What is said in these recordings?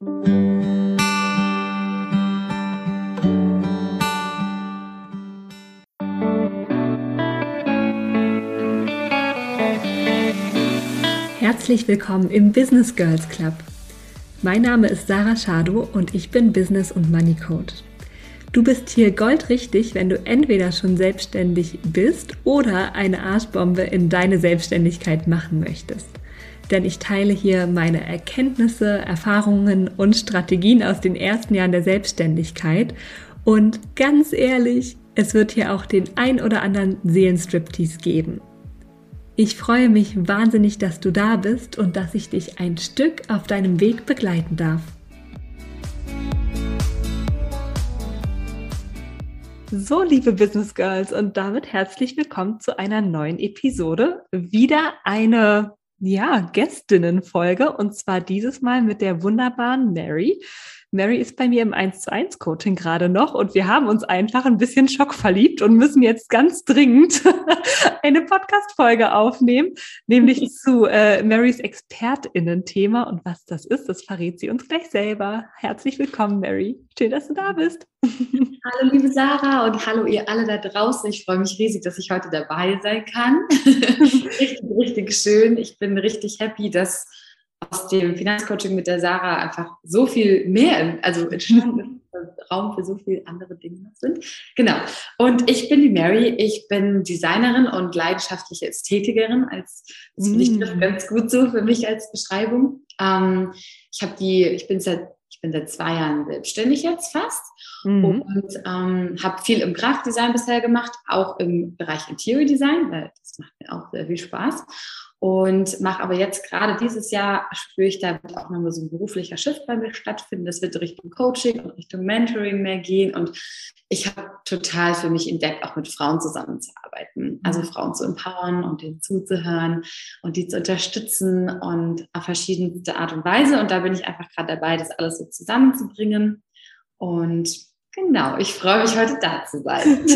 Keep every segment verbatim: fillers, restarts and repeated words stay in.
Herzlich willkommen im Business Girls Club. Mein Name ist Sarah Schado und ich bin Business- und Money Coach. Du bist hier goldrichtig, wenn du entweder schon selbstständig bist oder eine Arschbombe in deine Selbstständigkeit machen möchtest. Denn ich teile hier meine Erkenntnisse, Erfahrungen und Strategien aus den ersten Jahren der Selbstständigkeit. Und ganz ehrlich, es wird hier auch den ein oder anderen Seelenstriptease geben. Ich freue mich wahnsinnig, dass du da bist und dass ich dich ein Stück auf deinem Weg begleiten darf. So, liebe Business Girls, und damit herzlich willkommen zu einer neuen Episode. Wieder eine, ja, Gästinnenfolge, und zwar dieses Mal mit der wunderbaren Mary. Mary ist bei mir im eins zu eins Coaching gerade noch und wir haben uns einfach ein bisschen schockverliebt und müssen jetzt ganz dringend eine Podcast-Folge aufnehmen, nämlich zu äh, Marys ExpertInnen-Thema, und was das ist, das verrät sie uns gleich selber. Herzlich willkommen, Mary. Schön, dass du da bist. Hallo, liebe Sarah, und hallo ihr alle da draußen. Ich freue mich riesig, dass ich heute dabei sein kann. Richtig, richtig schön. Ich bin richtig happy, dass aus dem Finanzcoaching mit der Sarah einfach so viel mehr, also entstanden ist, Raum für so viele andere Dinge sind. Genau. Und ich bin die Mary. Ich bin Designerin und leidenschaftliche Ästhetikerin. Als, das finde ich das ganz gut so für mich als Beschreibung. Ähm, ich habe die, ich bin seit, ich bin seit zwei Jahren selbstständig jetzt fast. Mhm. Und ähm, habe viel im Grafikdesign bisher gemacht, auch im Bereich Interior Design, weil das macht mir auch sehr viel Spaß. Und mache aber jetzt gerade dieses Jahr, spüre ich, da wird auch nochmal so ein beruflicher Shift bei mir stattfinden. Das wird Richtung Coaching und Richtung Mentoring mehr gehen. Und ich habe total für mich entdeckt, auch mit Frauen zusammenzuarbeiten. Also Frauen zu empowern und denen zuzuhören und die zu unterstützen und auf verschiedenste Art und Weise. Und da bin ich einfach gerade dabei, das alles so zusammenzubringen. Und genau, ich freue mich, heute da zu sein.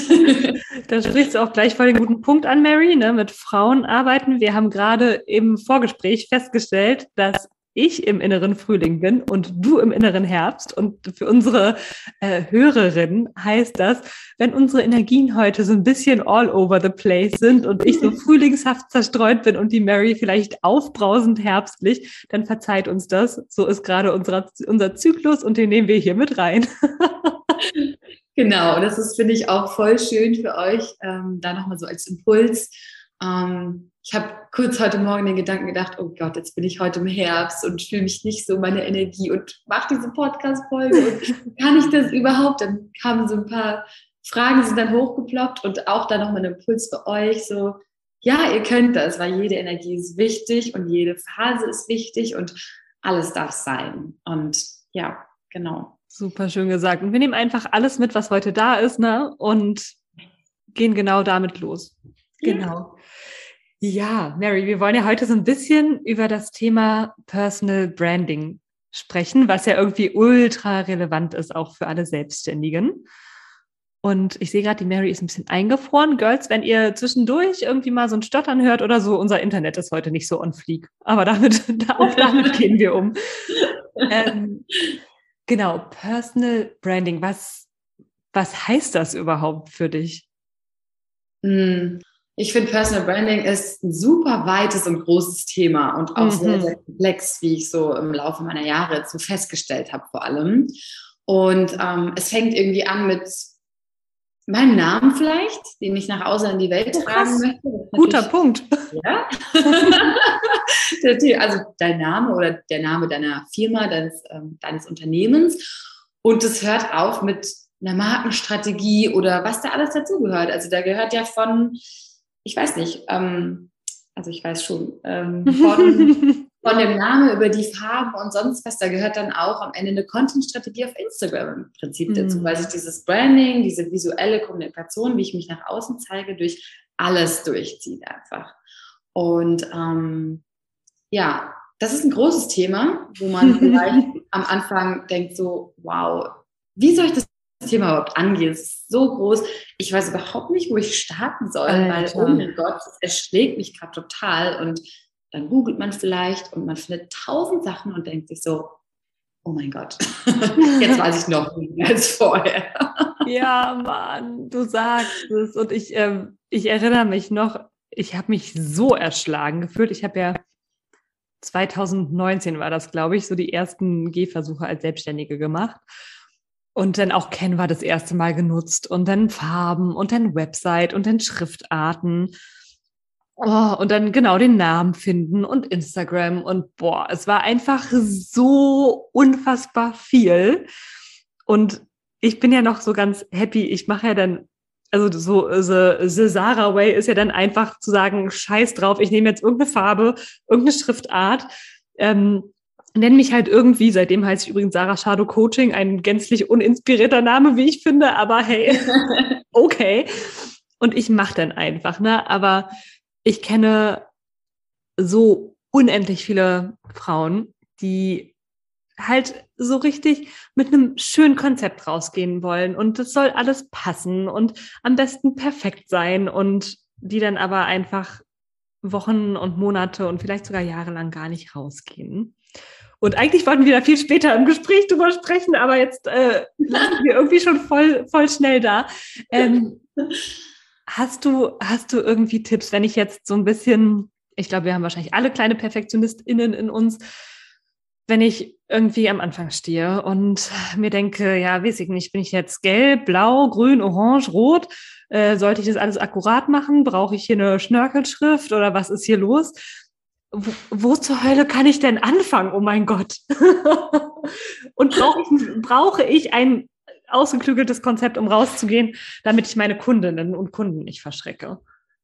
Da sprichst du auch gleich voll den guten Punkt an, Mary, ne? Mit Frauen arbeiten. Wir haben gerade im Vorgespräch festgestellt, dass ich im inneren Frühling bin und du im inneren Herbst. Und für unsere äh, Hörerinnen heißt das, wenn unsere Energien heute so ein bisschen all over the place sind und ich so frühlingshaft zerstreut bin und die Mary vielleicht aufbrausend herbstlich, dann verzeiht uns das. So ist gerade unser, unser Zyklus und den nehmen wir hier mit rein. Genau, das ist, finde ich, auch voll schön für euch, ähm, da nochmal so als Impuls. Ähm, ich habe kurz heute Morgen den Gedanken gedacht, oh Gott, jetzt bin ich heute im Herbst und fühle mich nicht so meine Energie und mache diese Podcast-Folge und kann ich das überhaupt? Dann kamen so ein paar Fragen, sind dann hochgeploppt und auch da nochmal ein Impuls für euch, so, ja, ihr könnt das, weil jede Energie ist wichtig und jede Phase ist wichtig und alles darf sein. Und ja, genau. Super schön gesagt. Und wir nehmen einfach alles mit, was heute da ist, ne? Und gehen genau damit los. Ja. Genau. Ja, Mary, wir wollen ja heute so ein bisschen über das Thema Personal Branding sprechen, was ja irgendwie ultra relevant ist, auch für alle Selbstständigen. Und ich sehe gerade, die Mary ist ein bisschen eingefroren. Girls, wenn ihr zwischendurch irgendwie mal so ein Stottern hört oder so, unser Internet ist heute nicht so on fleek. Aber damit, auch damit gehen wir um. Ähm, Genau, Personal Branding. Was, was heißt das überhaupt für dich? Ich finde, Personal Branding ist ein super weites und großes Thema und auch mhm. sehr, sehr komplex, wie ich so im Laufe meiner Jahre jetzt so festgestellt habe vor allem. Und ähm, es fängt irgendwie an mit meinem Namen vielleicht, den ich nach außen in die Welt oh, tragen möchte. Guter Punkt. Ja. Also dein Name oder der Name deiner Firma, deines, ähm, deines Unternehmens. Und es hört auf mit einer Markenstrategie oder was da alles dazugehört. Also da gehört ja von, ich weiß nicht, ähm, also ich weiß schon, ähm, von, von dem Namen über die Farben und sonst was, da gehört dann auch am Ende eine Content-Strategie auf Instagram im Prinzip dazu, mm. weil sich dieses Branding, diese visuelle Kommunikation, wie ich mich nach außen zeige, durch alles durchzieht einfach. Und ähm, ja, das ist ein großes Thema, wo man vielleicht am Anfang denkt so, wow, wie soll ich das Thema überhaupt angehen? Es ist so groß. Ich weiß überhaupt nicht, wo ich starten soll, Alter. weil, oh mein Gott, es schlägt mich gerade total. Und dann googelt man vielleicht und man findet tausend Sachen und denkt sich so, oh mein Gott, jetzt weiß ich noch mehr als vorher. Ja, Mann, du sagst es. Und ich, ähm, ich erinnere mich noch, ich habe mich so erschlagen gefühlt. Ich habe ja zwanzig neunzehn war das, glaube ich, so die ersten Gehversuche als Selbstständige gemacht. Und dann auch Canva das erste Mal genutzt und dann Farben und dann Website und dann Schriftarten. Oh, und dann genau den Namen finden und Instagram und boah, es war einfach so unfassbar viel. Und ich bin ja noch so ganz happy. Ich mache ja dann, also so, the, the Sarah Way ist ja dann einfach zu sagen, scheiß drauf, ich nehme jetzt irgendeine Farbe, irgendeine Schriftart, ähm, nenne mich halt irgendwie, seitdem heißt ich übrigens Sarah Shadow Coaching, ein gänzlich uninspirierter Name, wie ich finde, aber hey, okay. Und ich mache dann einfach, ne, aber ich kenne so unendlich viele Frauen, die halt so richtig mit einem schönen Konzept rausgehen wollen und das soll alles passen und am besten perfekt sein und die dann aber einfach Wochen und Monate und vielleicht sogar jahrelang gar nicht rausgehen. Und eigentlich wollten wir da viel später im Gespräch drüber sprechen, aber jetzt äh, lassen wir irgendwie schon voll, voll schnell da. Ähm, hast du, hast du irgendwie Tipps, wenn ich jetzt so ein bisschen, ich glaube, wir haben wahrscheinlich alle kleine PerfektionistInnen in uns, wenn ich irgendwie am Anfang stehe und mir denke, ja, weiß ich nicht, bin ich jetzt gelb, blau, grün, orange, rot? Äh, sollte ich das alles akkurat machen? Brauche ich hier eine Schnörkelschrift oder was ist hier los? Wo, wo zur Hölle kann ich denn anfangen? Oh mein Gott. Und brauche ich, brauche ich ein ausgeklügeltes Konzept, um rauszugehen, damit ich meine Kundinnen und Kunden nicht verschrecke?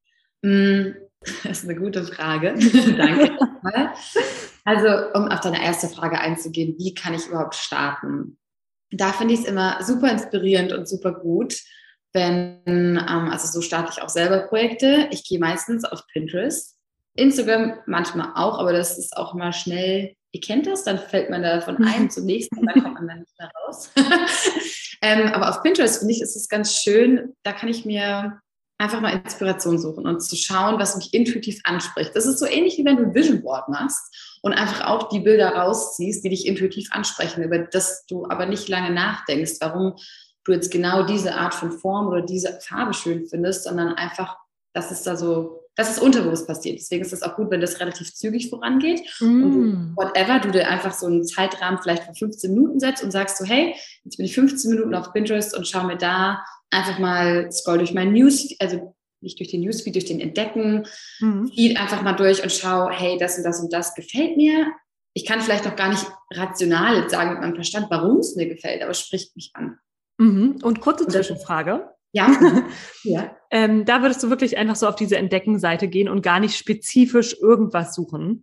Das ist eine gute Frage. Danke. Also, um auf deine erste Frage einzugehen, wie kann ich überhaupt starten? Da finde ich es immer super inspirierend und super gut, wenn, ähm, also so starte ich auch selber Projekte. Ich gehe meistens auf Pinterest, Instagram manchmal auch, aber das ist auch immer schnell, ihr kennt das, dann fällt man da von einem zum nächsten und dann kommt man dann nicht mehr raus. ähm, aber auf Pinterest, finde ich, ist es ganz schön, da kann ich mir einfach mal Inspiration suchen und zu schauen, was mich intuitiv anspricht. Das ist so ähnlich, wie wenn du ein Vision Board machst und einfach auch die Bilder rausziehst, die dich intuitiv ansprechen, über das du aber nicht lange nachdenkst, warum du jetzt genau diese Art von Form oder diese Farbe schön findest, sondern einfach, dass es da so, dass es unterbewusst passiert. Deswegen ist es auch gut, wenn das relativ zügig vorangeht mm. und du, whatever, du dir einfach so einen Zeitrahmen vielleicht von fünfzehn Minuten setzt und sagst so, hey, jetzt bin ich fünfzehn Minuten auf Pinterest und schau mir da einfach mal, scroll durch mein Newsfeed, also nicht durch den Newsfeed, durch den Entdecken, mhm. Feed einfach mal durch und schau, hey, das und das und das gefällt mir. Ich kann vielleicht noch gar nicht rational jetzt sagen mit meinem Verstand, warum es mir gefällt, aber es spricht mich an. Mhm. Und kurze Zwischenfrage. Ja. ja. Ähm, da würdest du wirklich einfach so auf diese Entdecken-Seite gehen und gar nicht spezifisch irgendwas suchen?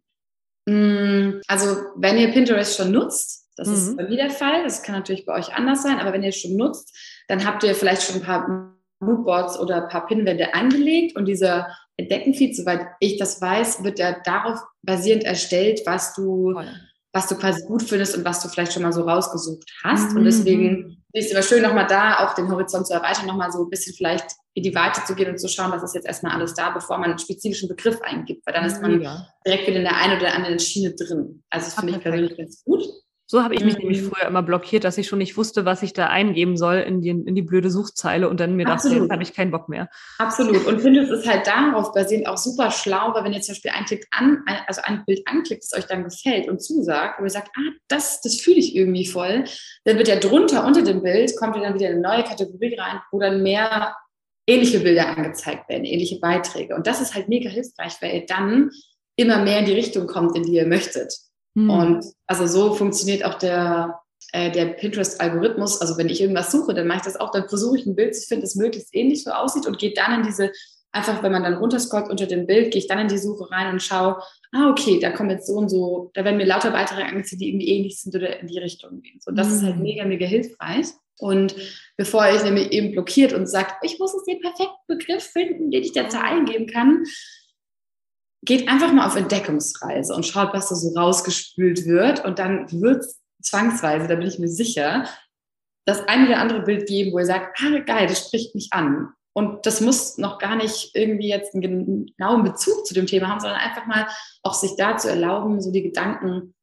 Also, wenn ihr Pinterest schon nutzt, das mhm. ist bei mir der Fall, das kann natürlich bei euch anders sein, aber wenn ihr es schon nutzt, dann habt ihr vielleicht schon ein paar Moodboards oder ein paar Pinwände angelegt und dieser Entdecken-Feed, soweit ich das weiß, wird ja darauf basierend erstellt, was du, Voll. was du quasi gut findest und was du vielleicht schon mal so rausgesucht hast. Mhm. Und deswegen ist es immer schön, nochmal da auch den Horizont zu erweitern, nochmal so ein bisschen vielleicht in die Weite zu gehen und zu schauen, was ist jetzt erstmal alles da, bevor man einen spezifischen Begriff eingibt, weil dann ist man ja. direkt wieder in der einen oder anderen Schiene drin. Also das finde ich persönlich ganz gut. So habe ich mich mhm. nämlich früher immer blockiert, dass ich schon nicht wusste, was ich da eingeben soll in die, in die blöde Suchzeile und dann mir dachte, jetzt habe ich keinen Bock mehr. Absolut. Und Pinterest ist halt darauf basierend auch super schlau, weil wenn ihr zum Beispiel einklickt an, also ein Bild anklickt, das euch dann gefällt und zusagt, und ihr sagt, ah, das, das fühle ich irgendwie voll, dann wird ja drunter, unter dem Bild, kommt ja dann wieder eine neue Kategorie rein, wo dann mehr ähnliche Bilder angezeigt werden, ähnliche Beiträge. Und das ist halt mega hilfreich, weil ihr dann immer mehr in die Richtung kommt, in die ihr möchtet. Hm. Und also so funktioniert auch der, äh, der Pinterest-Algorithmus. Also wenn ich irgendwas suche, dann mache ich das auch, dann versuche ich ein Bild zu finden, das möglichst ähnlich so aussieht und gehe dann in diese, einfach wenn man dann runterscrollt unter dem Bild, gehe ich dann in die Suche rein und schaue, ah okay, da kommen jetzt so und so, da werden mir lauter Beiträge angezeigt, die irgendwie ähnlich sind oder in die Richtung gehen. So, das hm. ist halt mega, mega hilfreich. Und bevor ich nämlich eben blockiert und sagt, ich muss jetzt den perfekten Begriff finden, den ich dazu eingeben kann, geht einfach mal auf Entdeckungsreise und schaut, was da so rausgespült wird. Und dann wird es zwangsweise, da bin ich mir sicher, das ein oder andere Bild geben, wo ihr sagt, ah, geil, das spricht mich an. Und das muss noch gar nicht irgendwie jetzt einen genauen Bezug zu dem Thema haben, sondern einfach mal auch sich da zu erlauben, so die Gedanken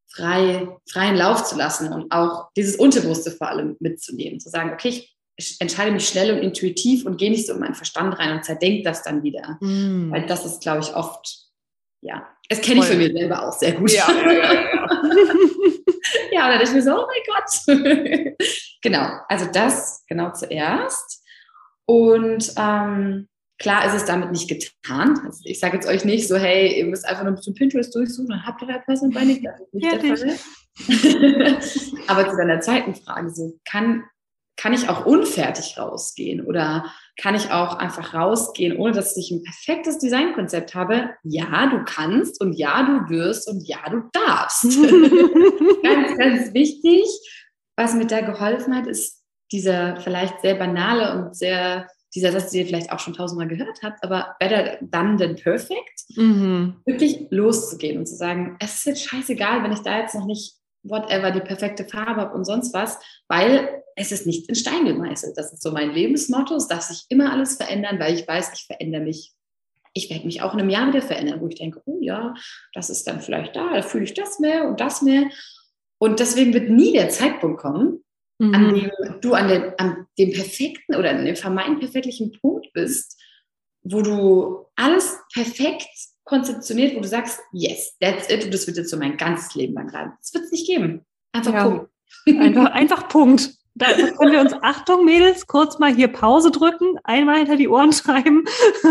frei, freien Lauf zu lassen und auch dieses Unterbewusste vor allem mitzunehmen, zu sagen, okay, ich ich entscheide mich schnell und intuitiv und gehe nicht so in meinen Verstand rein und zerdenke das dann wieder. Mm. Weil das ist, glaube ich, oft, ja, das kenne ich von mir selber auch sehr gut. Ja, ja, ja, ja. Ja, und dann dachte ich mir so, oh mein Gott. Genau, also das genau zuerst. Und ähm, klar ist es damit nicht getan. Also ich sage jetzt euch nicht so, hey, ihr müsst einfach nur ein bisschen Pinterest durchsuchen, dann habt ihr da Person bei nicht. Das ist nicht ja, der Fall. Aber zu deiner zweiten Frage, so kann Kann ich auch unfertig rausgehen oder kann ich auch einfach rausgehen, ohne dass ich ein perfektes Designkonzept habe? Ja, du kannst und ja, du wirst und ja, du darfst. Ganz, ganz wichtig, was mir da geholfen hat, ist dieser vielleicht sehr banale und sehr, dieser Satz, den ihr vielleicht auch schon tausendmal gehört habt, aber better done than perfect, mhm. wirklich loszugehen und zu sagen, es ist jetzt scheißegal, wenn ich da jetzt noch nicht whatever, die perfekte Farbe habe und sonst was, weil es ist nichts in Stein gemeißelt. Das ist so mein Lebensmotto. Es darf sich immer alles verändern, weil ich weiß, ich verändere mich. Ich werde mich auch in einem Jahr wieder verändern, wo ich denke, oh ja, das ist dann vielleicht da, da fühle ich das mehr und das mehr. Und deswegen wird nie der Zeitpunkt kommen, mhm. an dem du an, der, an dem perfekten oder an dem vermeintlich perfekten Punkt bist, wo du alles perfekt konzeptioniert, wo du sagst, yes, that's it, und das wird jetzt so mein ganzes Leben lang bleiben. Das wird es nicht geben. Einfach ja. Punkt. Einfach, einfach Punkt. Da können wir uns, Achtung Mädels, kurz mal hier Pause drücken, einmal hinter die Ohren schreiben.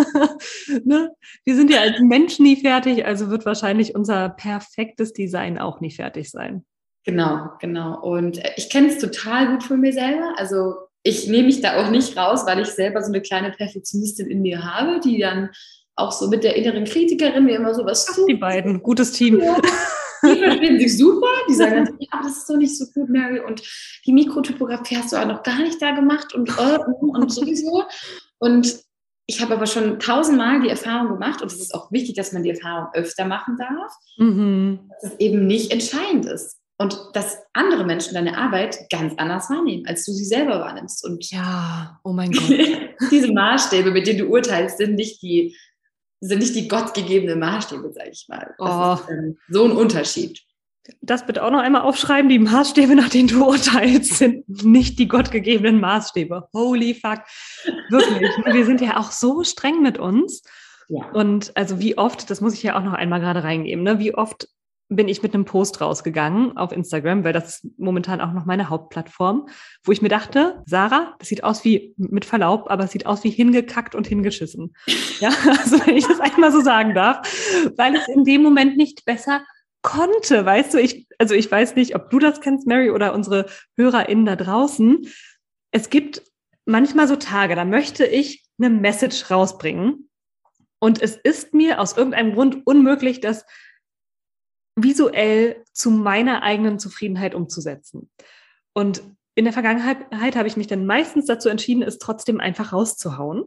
Ne? Wir sind ja als Mensch nie fertig, also wird wahrscheinlich unser perfektes Design auch nie fertig sein. Genau, genau. Und ich kenne es total gut von mir selber. Also ich nehme mich da auch nicht raus, weil ich selber so eine kleine Perfektionistin in mir habe, die dann auch so mit der inneren Kritikerin mir immer sowas tut. Die beiden, gutes Team. Ja. Die verstehen sich super, die sagen dann, ja, das ist doch nicht so gut, Mary, und die Mikrotypografie hast du auch noch gar nicht da gemacht und, äh, und sowieso. Und ich habe aber schon tausendmal die Erfahrung gemacht, und es ist auch wichtig, dass man die Erfahrung öfter machen darf, mhm. dass es eben nicht entscheidend ist. Und dass andere Menschen deine Arbeit ganz anders wahrnehmen, als du sie selber wahrnimmst. Und ja, oh mein Gott. Diese Maßstäbe, mit denen du urteilst, sind nicht die sind nicht die gottgegebenen Maßstäbe, sage ich mal. Das oh. ist ähm, so ein Unterschied. Das bitte auch noch einmal aufschreiben. Die Maßstäbe, nach denen du urteilst, sind nicht die gottgegebenen Maßstäbe. Holy fuck. Wirklich. Wir sind ja auch so streng mit uns. Ja. Und also wie oft, das muss ich ja auch noch einmal gerade reingeben, ne? Wie oft bin ich mit einem Post rausgegangen auf Instagram, weil das ist momentan auch noch meine Hauptplattform, wo ich mir dachte, Sarah, das sieht aus wie, mit Verlaub, aber es sieht aus wie hingekackt und hingeschissen. Ja, also wenn ich das einmal so sagen darf, weil es in dem Moment nicht besser konnte, weißt du, ich, also ich weiß nicht, ob du das kennst, Mary, oder unsere HörerInnen da draußen. Es gibt manchmal so Tage, da möchte ich eine Message rausbringen und es ist mir aus irgendeinem Grund unmöglich, das visuell zu meiner eigenen Zufriedenheit umzusetzen. Und in der Vergangenheit habe ich mich dann meistens dazu entschieden, es trotzdem einfach rauszuhauen.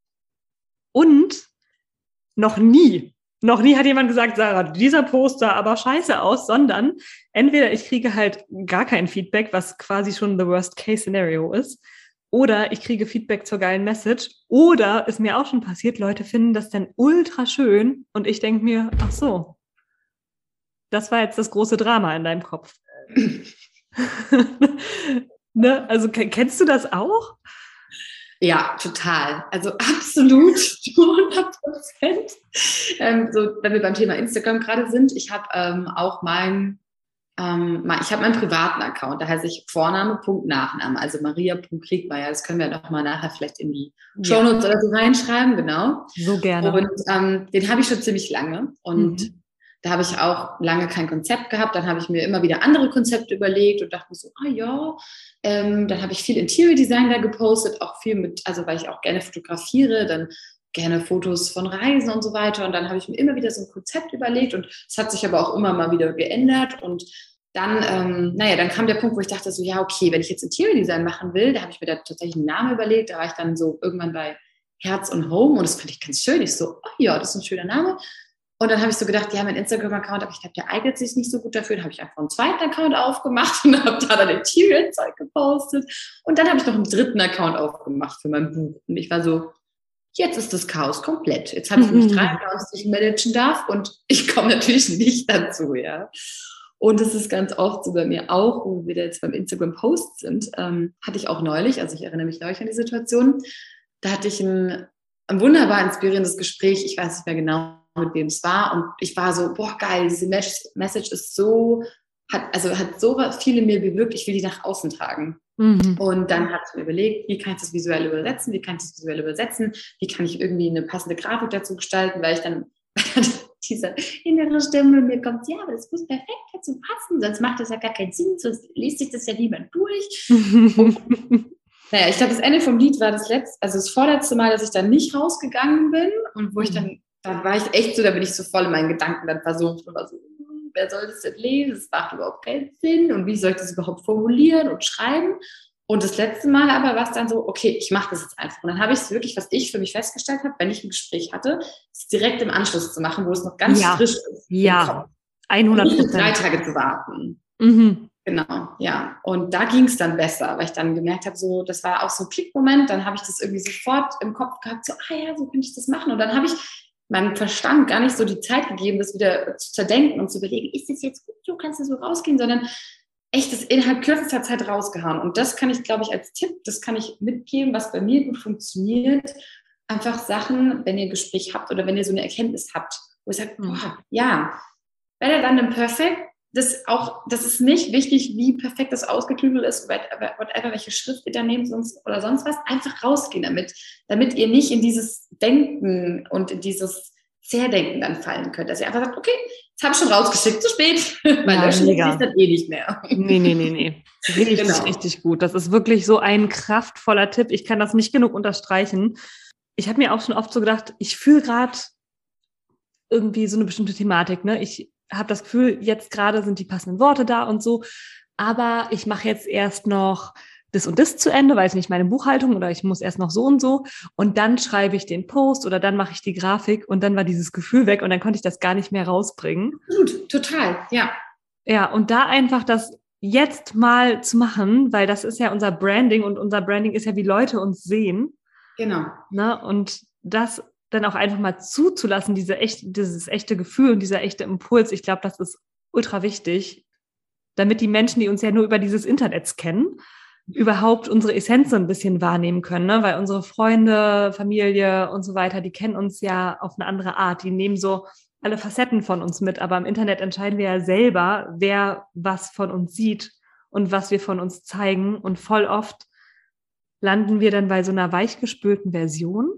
Und noch nie, noch nie hat jemand gesagt, Sarah, dieser Post sah aber scheiße aus, sondern entweder ich kriege halt gar kein Feedback, was quasi schon the Worst-Case-Scenario ist, oder ich kriege Feedback zur geilen Message, oder ist mir auch schon passiert, Leute finden das dann ultra schön und ich denke mir, ach so, das war jetzt das große Drama in deinem Kopf. Ne? Also kennst du das auch? Ja, total. Also absolut, hundert Prozent. Ähm, so, wenn wir beim Thema Instagram gerade sind, ich habe ähm, auch mein, ähm, mein, ich habe meinen privaten Account, da heiße ich Vorname, Punkt, Nachname, also Maria Punkt Kriegmeier. Das können wir doch mal nachher vielleicht in die Shownotes ja. oder so reinschreiben, genau. So gerne. Und ähm, den habe ich schon ziemlich lange und mhm. Da habe ich auch lange kein Konzept gehabt. Dann habe ich mir immer wieder andere Konzepte überlegt und dachte mir so, ah ja, ähm, dann habe ich viel Interior Design da gepostet, auch viel mit, also weil ich auch gerne fotografiere, dann gerne Fotos von Reisen und so weiter. Und dann habe ich mir immer wieder so ein Konzept überlegt und es hat sich aber auch immer mal wieder geändert. Und dann, ähm, naja, dann kam der Punkt, wo ich dachte so, ja, okay, wenn ich jetzt Interior Design machen will, da habe ich mir da tatsächlich einen Namen überlegt. Da war ich dann so irgendwann bei Herz und Home und das fand ich ganz schön. Ich so, oh ja, das ist ein schöner Name. Und dann habe ich so gedacht, ja, mein Instagram-Account, aber ich glaube, der eignet sich nicht so gut dafür. Dann habe ich einfach einen zweiten Account aufgemacht und habe da dann Interior-Zeug gepostet. Und dann habe ich noch einen dritten Account aufgemacht für mein Buch. Und ich war so, jetzt ist das Chaos komplett. Jetzt habe ich nämlich drei Accounts, die ich managen darf und ich komme natürlich nicht dazu, ja. Und das ist ganz oft so bei mir auch, wo wir da jetzt beim Instagram-Post sind, ähm, hatte ich auch neulich, also ich erinnere mich neulich an die Situation, da hatte ich ein, ein wunderbar inspirierendes Gespräch, ich weiß nicht mehr genau, mit wem es war, und ich war so, boah geil, diese Message ist so, hat, also hat so viel in mir bewirkt, ich will die nach außen tragen. Mhm. Und dann habe ich mir überlegt, wie kann ich das visuell übersetzen, wie kann ich das visuell übersetzen, wie kann ich irgendwie eine passende Grafik dazu gestalten, weil ich dann diese innere Stimme mir kommt, ja, aber das muss perfekt dazu passen, sonst macht das ja gar keinen Sinn, sonst liest sich das ja niemand durch. Und, naja, ich glaube, das Ende vom Lied war das letzte, also das vorletzte Mal, dass ich dann nicht rausgegangen bin und wo ich dann, da war ich echt so, da bin ich so voll in meinen Gedanken dann versucht und war so, wer soll das denn lesen? Das macht überhaupt keinen Sinn und wie soll ich das überhaupt formulieren und schreiben? Und das letzte Mal aber war es dann so, okay, ich mache das jetzt einfach. Und dann habe ich es wirklich, was ich für mich festgestellt habe, wenn ich ein Gespräch hatte, es direkt im Anschluss zu machen, wo es noch ganz ja. frisch ist. Ja, hundert Prozent. Nicht drei Tage zu warten. Mhm. Genau, ja. Und da ging es dann besser, weil ich dann gemerkt habe, so, das war auch so ein Klickmoment, dann habe ich das irgendwie sofort im Kopf gehabt, so, ah ja, so könnte ich das machen. Und dann habe ich meinem Verstand gar nicht so die Zeit gegeben, das wieder zu zerdenken und zu überlegen, ist das jetzt gut, so kannst du so rausgehen, sondern echt das innerhalb kürzester Zeit rausgehauen. Und das kann ich, glaube ich, als Tipp, das kann ich mitgeben, was bei mir gut funktioniert. Einfach Sachen, wenn ihr ein Gespräch habt oder wenn ihr so eine Erkenntnis habt, wo ihr sagt, boah, ja, better than than perfect, das auch, das ist nicht wichtig, wie perfekt das ausgeklügelt ist, whatever, whatever, welche Schrift ihr da nehmt sonst, oder sonst was, einfach rausgehen damit, damit ihr nicht in dieses Denken und in dieses Zerdenken dann fallen könnt, dass ihr einfach sagt, okay, jetzt habe ich schon rausgeschickt, zu spät, weil ja, löschen ist dann eh nicht mehr. Nee, nee, nee, nee. Richtig, genau. Richtig gut. Das ist wirklich so ein kraftvoller Tipp. Ich kann das nicht genug unterstreichen. Ich habe mir auch schon oft so gedacht, ich fühle gerade irgendwie so eine bestimmte Thematik, ne? Ich habe das Gefühl, jetzt gerade sind die passenden Worte da und so, aber ich mache jetzt erst noch das und das zu Ende, weil es nicht meine Buchhaltung oder ich muss erst noch so und so und dann schreibe ich den Post oder dann mache ich die Grafik und dann war dieses Gefühl weg und dann konnte ich das gar nicht mehr rausbringen. Gut, total, ja. Ja, und da einfach das jetzt mal zu machen, weil das ist ja unser Branding und unser Branding ist ja, wie Leute uns sehen. Genau. Ne? Und das dann auch einfach mal zuzulassen, diese echt, dieses echte Gefühl und dieser echte Impuls, ich glaube, das ist ultra wichtig, damit die Menschen, die uns ja nur über dieses Internet kennen, überhaupt unsere Essenz so ein bisschen wahrnehmen können, ne? Weil unsere Freunde, Familie und so weiter, die kennen uns ja auf eine andere Art, die nehmen so alle Facetten von uns mit, aber im Internet entscheiden wir ja selber, wer was von uns sieht und was wir von uns zeigen und voll oft landen wir dann bei so einer weichgespülten Version,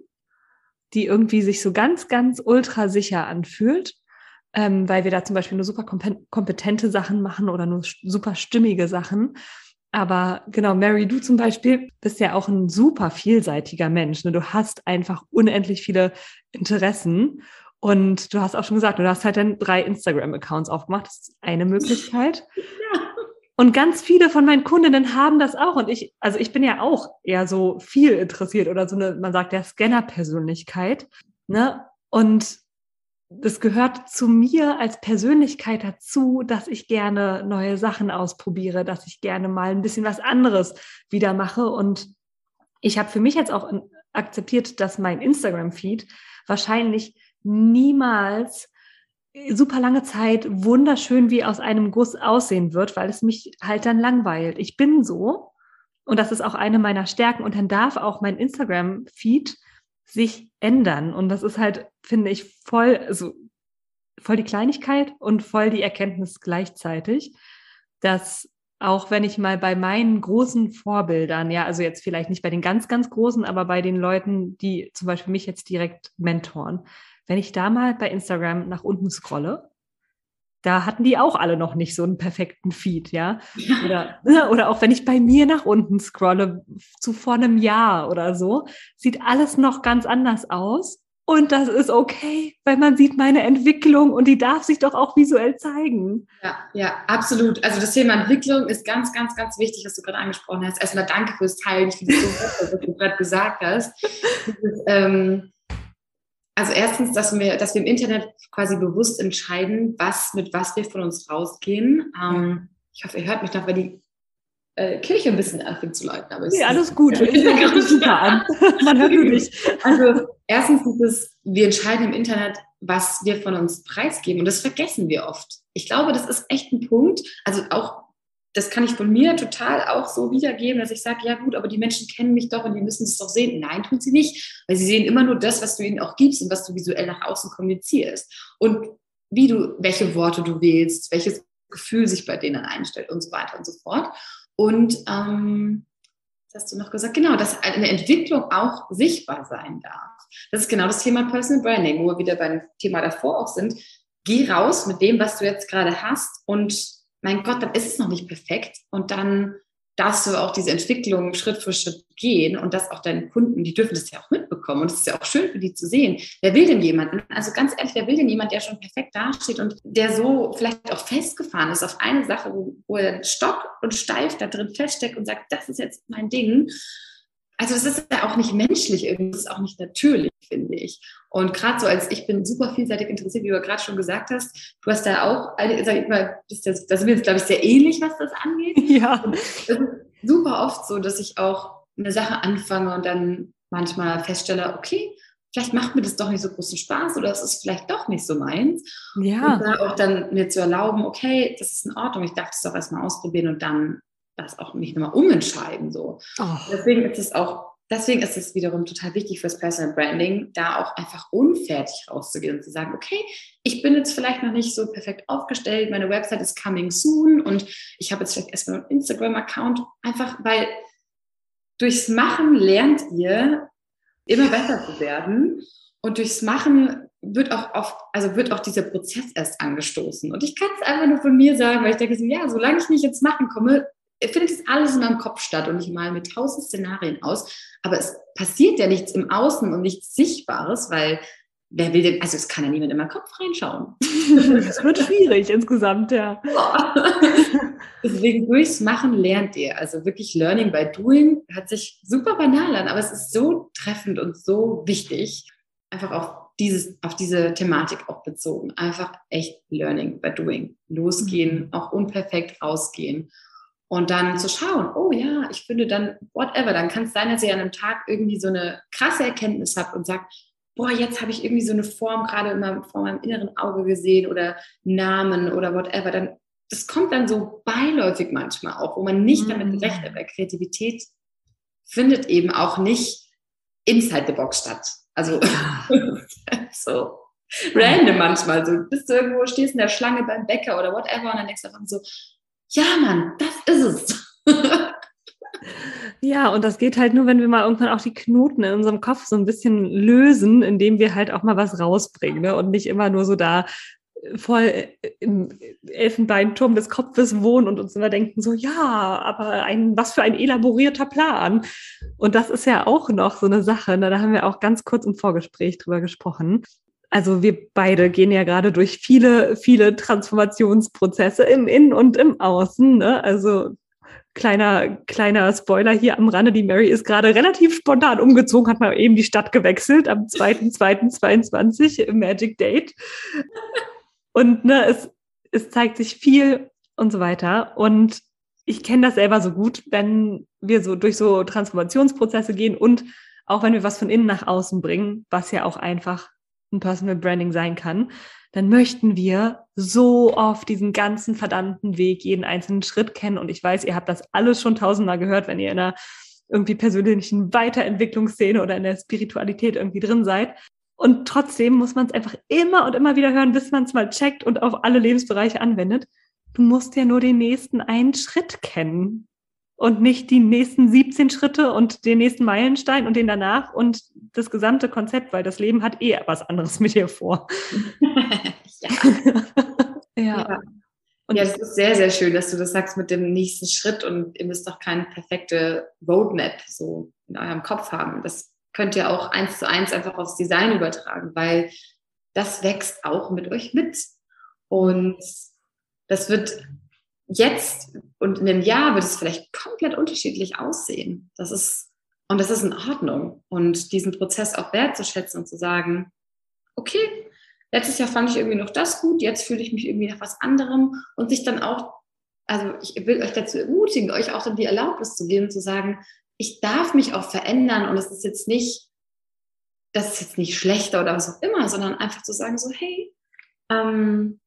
die irgendwie sich so ganz, ganz ultra sicher anfühlt, ähm, weil wir da zum Beispiel nur super kompetente Sachen machen oder nur super stimmige Sachen. Aber genau, Mary, du zum Beispiel bist ja auch ein super vielseitiger Mensch. Ne? Du hast einfach unendlich viele Interessen und du hast auch schon gesagt, du hast halt dann drei Instagram-Accounts aufgemacht. Das ist eine Möglichkeit. Ja. Und ganz viele von meinen Kundinnen haben das auch. Und ich, also ich bin ja auch eher so viel interessiert oder so eine, man sagt ja Scanner-Persönlichkeit. Ne? Und das gehört zu mir als Persönlichkeit dazu, dass ich gerne neue Sachen ausprobiere, dass ich gerne mal ein bisschen was anderes wieder mache. Und ich habe für mich jetzt auch akzeptiert, dass mein Instagram-Feed wahrscheinlich niemals super lange Zeit wunderschön wie aus einem Guss aussehen wird, weil es mich halt dann langweilt. Ich bin so und das ist auch eine meiner Stärken und dann darf auch mein Instagram-Feed sich ändern und das ist halt, finde ich, voll, also voll die Kleinigkeit und voll die Erkenntnis gleichzeitig, dass auch wenn ich mal bei meinen großen Vorbildern, ja, also jetzt vielleicht nicht bei den ganz, ganz großen, aber bei den Leuten, die zum Beispiel mich jetzt direkt mentoren, wenn ich da mal bei Instagram nach unten scrolle, da hatten die auch alle noch nicht so einen perfekten Feed, ja. Oder, oder auch wenn ich bei mir nach unten scrolle, zu vor einem Jahr oder so, sieht alles noch ganz anders aus. Und das ist okay, weil man sieht meine Entwicklung und die darf sich doch auch visuell zeigen. Ja, ja, absolut. Also das Thema Entwicklung ist ganz, ganz, ganz wichtig, was du gerade angesprochen hast. Erstmal danke fürs Teilen. Ich finde es so gut, was du gerade gesagt hast. Dieses, ähm, Also erstens, dass wir, dass wir im Internet quasi bewusst entscheiden, was mit was wir von uns rausgehen. Ähm, ich hoffe, ihr hört mich noch, weil die äh, Kirche ein bisschen anfängt zu läuten. Aber nee, alles gut. Ich fange super an. Man hört nur dich. Also erstens ist es, wir entscheiden im Internet was wir von uns preisgeben. Und das vergessen wir oft. Ich glaube, das ist echt ein Punkt. Also auch, das kann ich von mir total auch so wiedergeben, dass ich sage, ja gut, aber die Menschen kennen mich doch und die müssen es doch sehen. Nein, tun sie nicht. Weil sie sehen immer nur das, was du ihnen auch gibst und was du visuell nach außen kommunizierst. Und wie du, welche Worte du wählst, welches Gefühl sich bei denen einstellt und so weiter und so fort. Und ähm, was hast du noch gesagt? Genau, dass eine Entwicklung auch sichtbar sein darf. Das ist genau das Thema Personal Branding, wo wir wieder beim Thema davor auch sind. Geh raus mit dem, was du jetzt gerade hast und mein Gott, dann ist es noch nicht perfekt und dann darfst du auch diese Entwicklung Schritt für Schritt gehen und das auch deinen Kunden, die dürfen das ja auch mitbekommen und es ist ja auch schön für die zu sehen. Wer will denn jemanden? Also ganz ehrlich, wer will denn jemand, der schon perfekt dasteht und der so vielleicht auch festgefahren ist auf eine Sache, wo, wo er stock und steif da drin feststeckt und sagt, das ist jetzt mein Ding. Also das ist ja auch nicht menschlich irgendwie, das ist auch nicht natürlich, finde ich. Und gerade so als ich bin super vielseitig interessiert, wie du gerade schon gesagt hast, du hast da auch, sag ich mal, das, da sind wir jetzt, glaube ich, sehr ähnlich, was das angeht. Ja. Und es ist super oft so, dass ich auch eine Sache anfange und dann manchmal feststelle, okay, vielleicht macht mir das doch nicht so großen Spaß oder es ist vielleicht doch nicht so meins. Ja. Und da auch dann mir zu erlauben, okay, das ist in Ordnung, ich darf das doch erstmal ausprobieren und dann das auch nicht nochmal umentscheiden. So. Oh. Deswegen ist es auch, deswegen ist es wiederum total wichtig fürs Personal Branding, da auch einfach unfertig rauszugehen und zu sagen, okay, ich bin jetzt vielleicht noch nicht so perfekt aufgestellt, meine Website ist coming soon und ich habe jetzt vielleicht erstmal einen Instagram-Account, einfach weil durchs Machen lernt ihr immer besser zu werden und durchs Machen wird auch auf, also wird auch dieser Prozess erst angestoßen. Und ich kann es einfach nur von mir sagen, weil ich denke so, ja, solange ich nicht ins Machen komme, findet es alles in meinem Kopf statt und ich male mir tausend Szenarien aus, aber es passiert ja nichts im Außen und nichts Sichtbares, weil wer will denn, also es kann ja niemand in meinen Kopf reinschauen. Das wird schwierig insgesamt, ja. Deswegen durchs Machen lernt ihr, also wirklich Learning by Doing hört sich super banal an, aber es ist so treffend und so wichtig, einfach auf dieses, auf diese Thematik auch bezogen, einfach echt Learning by Doing, losgehen, mhm. auch unperfekt rausgehen. Und dann zu schauen, oh ja, ich finde dann, whatever, dann kann es sein, dass ihr an einem Tag irgendwie so eine krasse Erkenntnis habt und sagt, boah, jetzt habe ich irgendwie so eine Form gerade in meinem, vor meinem inneren Auge gesehen oder Namen oder whatever. Dann, das kommt dann so beiläufig manchmal auch, wo man nicht damit rechnet, weil Kreativität findet eben auch nicht inside the box statt. Also so random manchmal. So bist du irgendwo, stehst in der Schlange beim Bäcker oder whatever und dann denkst du einfach so, ja, Mann, das ist es. Ja, und das geht halt nur, wenn wir mal irgendwann auch die Knoten in unserem Kopf so ein bisschen lösen, indem wir halt auch mal was rausbringen, ne? Und nicht immer nur so da voll im Elfenbeinturm des Kopfes wohnen und uns immer denken so, ja, aber ein, was für ein elaborierter Plan. Und das ist ja auch noch so eine Sache, ne? Da haben wir auch ganz kurz im Vorgespräch drüber gesprochen. Also wir beide gehen ja gerade durch viele, viele Transformationsprozesse im Innen und im Außen, ne? Also kleiner, kleiner Spoiler hier am Rande, die Mary ist gerade relativ spontan umgezogen, hat mal eben die Stadt gewechselt am zweiter zweiter zweiundzwanzig im Magic Date. Und ne, es, es zeigt sich viel und so weiter. Und ich kenne das selber so gut, wenn wir so durch so Transformationsprozesse gehen und auch wenn wir was von innen nach außen bringen, was ja auch einfach ein Personal Branding sein kann, dann möchten wir so oft diesen ganzen verdammten Weg, jeden einzelnen Schritt kennen. Und ich weiß, ihr habt das alles schon tausendmal gehört, wenn ihr in einer irgendwie persönlichen Weiterentwicklungsszene oder in der Spiritualität irgendwie drin seid. Und trotzdem muss man es einfach immer und immer wieder hören, bis man es mal checkt und auf alle Lebensbereiche anwendet. Du musst ja nur den nächsten einen Schritt kennen und nicht die nächsten siebzehn Schritte und den nächsten Meilenstein und den danach und das gesamte Konzept, weil das Leben hat eh was anderes mit dir vor. ja. ja. ja. Und ja, das ist sehr, sehr schön, dass du das sagst mit dem nächsten Schritt und ihr müsst doch keine perfekte Roadmap so in eurem Kopf haben. Das könnt ihr auch eins zu eins einfach aufs Design übertragen, weil das wächst auch mit euch mit. Und das wird jetzt und in einem Jahr wird es vielleicht komplett unterschiedlich aussehen. Das ist, und das ist in Ordnung. Und diesen Prozess auch wertzuschätzen und zu sagen, okay, letztes Jahr fand ich irgendwie noch das gut, jetzt fühle ich mich irgendwie nach was anderem und sich dann auch, also ich will euch dazu ermutigen, euch auch dann die Erlaubnis zu geben, zu sagen, ich darf mich auch verändern und es ist jetzt nicht das ist jetzt nicht schlechter oder was auch immer, sondern einfach zu sagen so, hey, ähm,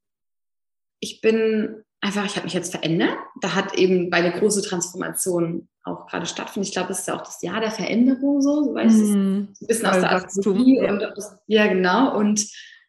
ich bin einfach, ich habe mich jetzt verändert. Da hat eben bei eine große Transformation auch gerade stattfindet. Ich glaube, es ist ja auch das Jahr der Veränderung so, so weiß Mhm. es ein bisschen aus Voll der Wachstum. Astrologie Ja. und das, ja genau und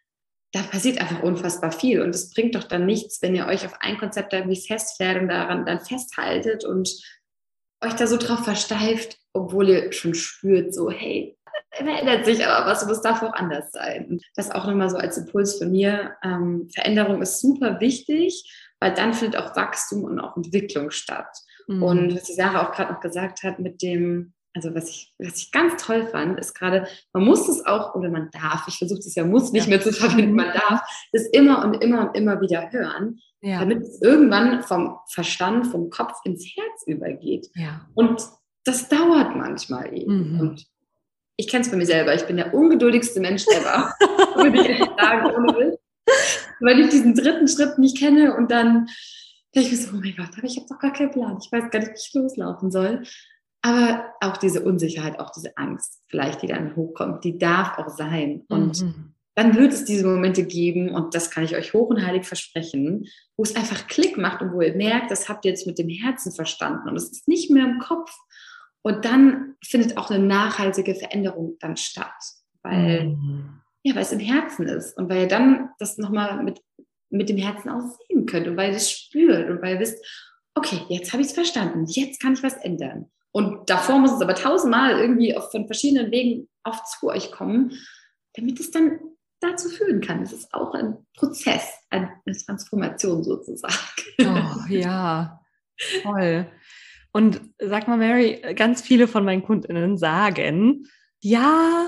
da passiert einfach unfassbar viel und es bringt doch dann nichts, wenn ihr euch auf ein Konzept da irgendwie festfährt und daran dann festhaltet und euch da so drauf versteift, obwohl ihr schon spürt, so hey, verändert sich aber was, muss darf auch anders sein. Und das auch nochmal so als Impuls von mir, ähm, Veränderung ist super wichtig, weil dann findet auch Wachstum und auch Entwicklung statt. Mhm. Und was die Sarah auch gerade noch gesagt hat mit dem, also was ich, was ich ganz toll fand, ist gerade, man muss es auch, oder man darf, ich versuche es ja muss nicht ja. mehr zu verwenden, man darf es immer und immer und immer wieder hören, ja. damit es irgendwann vom Verstand, vom Kopf ins Herz übergeht. Ja. Und das dauert manchmal eben. Mhm. Und ich kenne es bei mir selber, ich bin der ungeduldigste Mensch ever, würde ich echt sagen, ohne Witz. Weil ich diesen dritten Schritt nicht kenne und dann denke ich mir so, oh mein Gott, aber ich habe doch gar keinen Plan, ich weiß gar nicht, wie ich loslaufen soll. Aber auch diese Unsicherheit, auch diese Angst, vielleicht die dann hochkommt, die darf auch sein. Und mhm. dann wird es diese Momente geben, und das kann ich euch hoch und heilig versprechen, wo es einfach Klick macht und wo ihr merkt, das habt ihr jetzt mit dem Herzen verstanden und es ist nicht mehr im Kopf. Und dann findet auch eine nachhaltige Veränderung dann statt, weil, mhm. ja, weil es im Herzen ist und weil ihr dann das nochmal mit, mit dem Herzen auch sehen könnt und weil ihr es spürt und weil ihr wisst, okay, jetzt habe ich es verstanden, jetzt kann ich was ändern. Und davor muss es aber tausendmal irgendwie auf, von verschiedenen Wegen oft zu euch kommen, damit es dann dazu führen kann. Es ist auch ein Prozess, eine Transformation sozusagen. Oh ja, toll. Und sag mal, Mary, ganz viele von meinen KundInnen sagen, ja,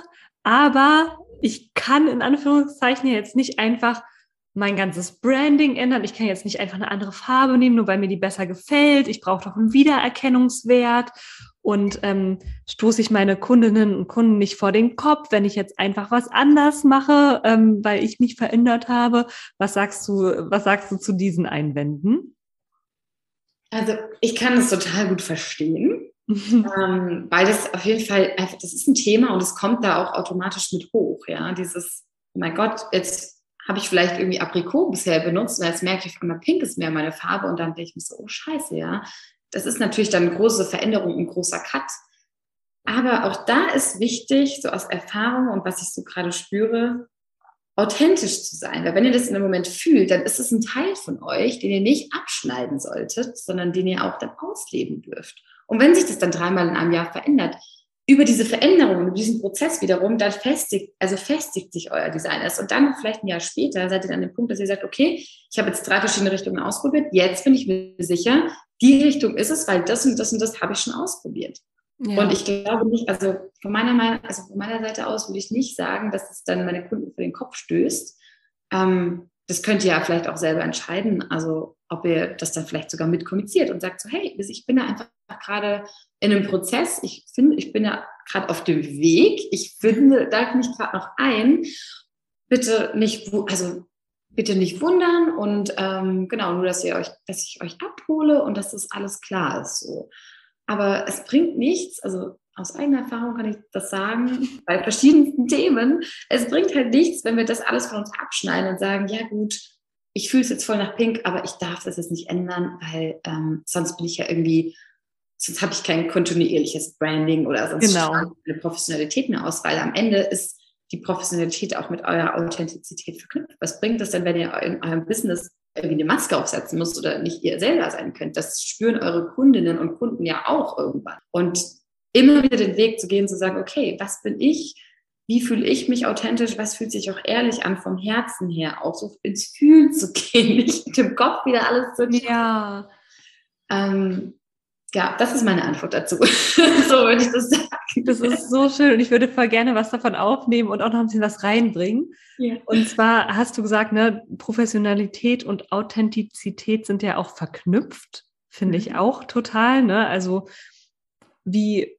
aber ich kann in Anführungszeichen jetzt nicht einfach mein ganzes Branding ändern. Ich kann jetzt nicht einfach eine andere Farbe nehmen, nur weil mir die besser gefällt. Ich brauche doch einen Wiedererkennungswert. Und ähm, stoße ich meine Kundinnen und Kunden nicht vor den Kopf, wenn ich jetzt einfach was anders mache, ähm, weil ich mich verändert habe. Was sagst du, was sagst du zu diesen Einwänden? Also ich kann das total gut verstehen, ähm, weil das auf jeden Fall einfach, das ist ein Thema und es kommt da auch automatisch mit hoch, ja, dieses, oh mein Gott, jetzt habe ich vielleicht irgendwie Aprikot bisher benutzt und jetzt merke ich auf einmal, Pink ist mehr meine Farbe und dann denke ich mir so, oh scheiße, ja, das ist natürlich dann eine große Veränderung, ein großer Cut, aber auch da ist wichtig, so aus Erfahrung und was ich so gerade spüre, authentisch zu sein, weil wenn ihr das in einem Moment fühlt, dann ist es ein Teil von euch, den ihr nicht abschneiden solltet, sondern den ihr auch dann ausleben dürft. Und wenn sich das dann dreimal in einem Jahr verändert, über diese Veränderung, über diesen Prozess wiederum, dann festigt, also festigt sich euer Design erst. Und dann vielleicht ein Jahr später seid ihr an dem Punkt, dass ihr sagt, okay, ich habe jetzt drei verschiedene Richtungen ausprobiert, jetzt bin ich mir sicher, die Richtung ist es, weil das und das und das habe ich schon ausprobiert. Ja. Und ich glaube nicht, also von meiner Meinung, also von meiner Seite aus würde ich nicht sagen, dass es dann meine Kunden vor den Kopf stößt. Ähm, das könnt ihr ja vielleicht auch selber entscheiden, also ob ihr das dann vielleicht sogar mit kommuniziert und sagt so, hey, ich bin da einfach gerade in einem Prozess, ich finde, ich bin ja gerade auf dem Weg, ich finde, da mich gerade noch ein, bitte nicht, also bitte nicht wundern und ähm, genau, nur, dass ihr euch, dass ich euch abhole und dass das alles klar ist, so. Aber es bringt nichts, also aus eigener Erfahrung kann ich das sagen, bei verschiedensten Themen, es bringt halt nichts, wenn wir das alles von uns abschneiden und sagen, ja gut, ich fühle es jetzt voll nach Pink, aber ich darf das jetzt nicht ändern, weil ähm, sonst bin ich ja irgendwie, sonst habe ich kein kontinuierliches Branding oder sonst genau. keine Professionalität mehr aus, weil am Ende ist die Professionalität auch mit eurer Authentizität verknüpft. Was bringt das denn, wenn ihr in eurem Business irgendwie eine Maske aufsetzen müsst oder nicht ihr selber sein könnt? Das spüren eure Kundinnen und Kunden ja auch irgendwann. Und immer wieder den Weg zu gehen, zu sagen, okay, was bin ich? Wie fühle ich mich authentisch? Was fühlt sich auch ehrlich an vom Herzen her? Auch so ins Fühlen zu gehen, nicht mit dem Kopf wieder alles zu Ja. Ähm, ja, das ist meine Antwort dazu. So würde ich das sagen. Das ist so schön und ich würde voll gerne was davon aufnehmen und auch noch ein bisschen was reinbringen. Ja. Und zwar hast du gesagt, ne, Professionalität und Authentizität sind ja auch verknüpft, finde mhm. ich auch total. Ne? Also wie,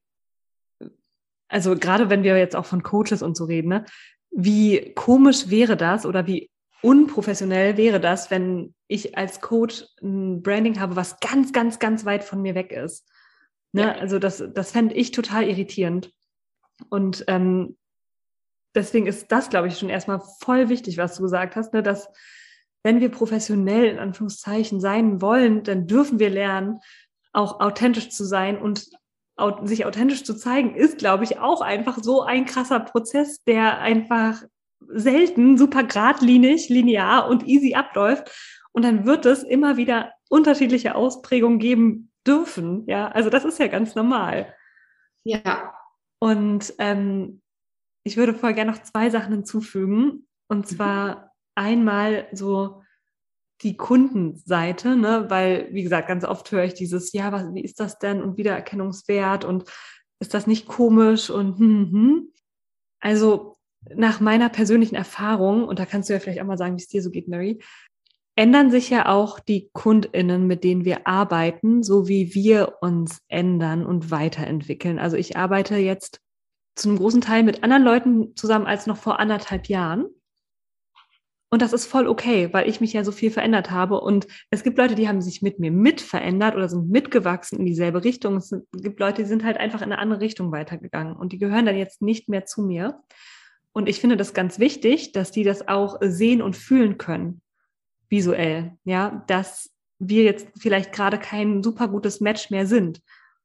also gerade wenn wir jetzt auch von Coaches und so reden, ne, wie komisch wäre das oder wie unprofessionell wäre das, wenn ich als Coach ein Branding habe, was ganz, ganz, ganz weit von mir weg ist. Ne? Ja. Also das, das fände ich total irritierend. Und ähm, deswegen ist das, glaube ich, schon erstmal voll wichtig, was du gesagt hast, ne? Dass wenn wir professionell in Anführungszeichen sein wollen, dann dürfen wir lernen, auch authentisch zu sein und sich authentisch zu zeigen, ist, glaube ich, auch einfach so ein krasser Prozess, der einfach selten super geradlinig, linear und easy abläuft. Und dann wird es immer wieder unterschiedliche Ausprägungen geben dürfen. Ja, also das ist ja ganz normal. Ja. Und ähm, ich würde voll gerne noch zwei Sachen hinzufügen. Und zwar einmal so die Kundenseite, ne? Weil, wie gesagt, ganz oft höre ich dieses, ja, was, wie ist das denn und Wiedererkennungswert und ist das nicht komisch und hm, hm. Also nach meiner persönlichen Erfahrung, und da kannst du ja vielleicht auch mal sagen, wie es dir so geht, Mary, ändern sich ja auch die KundInnen, mit denen wir arbeiten, so wie wir uns ändern und weiterentwickeln. Also ich arbeite jetzt zu einem großen Teil mit anderen Leuten zusammen als noch vor anderthalb Jahren. Und das ist voll okay, weil ich mich ja so viel verändert habe. Und es gibt Leute, die haben sich mit mir mit verändert oder sind mitgewachsen in dieselbe Richtung. Es gibt Leute, die sind halt einfach in eine andere Richtung weitergegangen. Und die gehören dann jetzt nicht mehr zu mir. Und ich finde das ganz wichtig, dass die das auch sehen und fühlen können, visuell. Ja, dass wir jetzt vielleicht gerade kein super gutes Match mehr sind.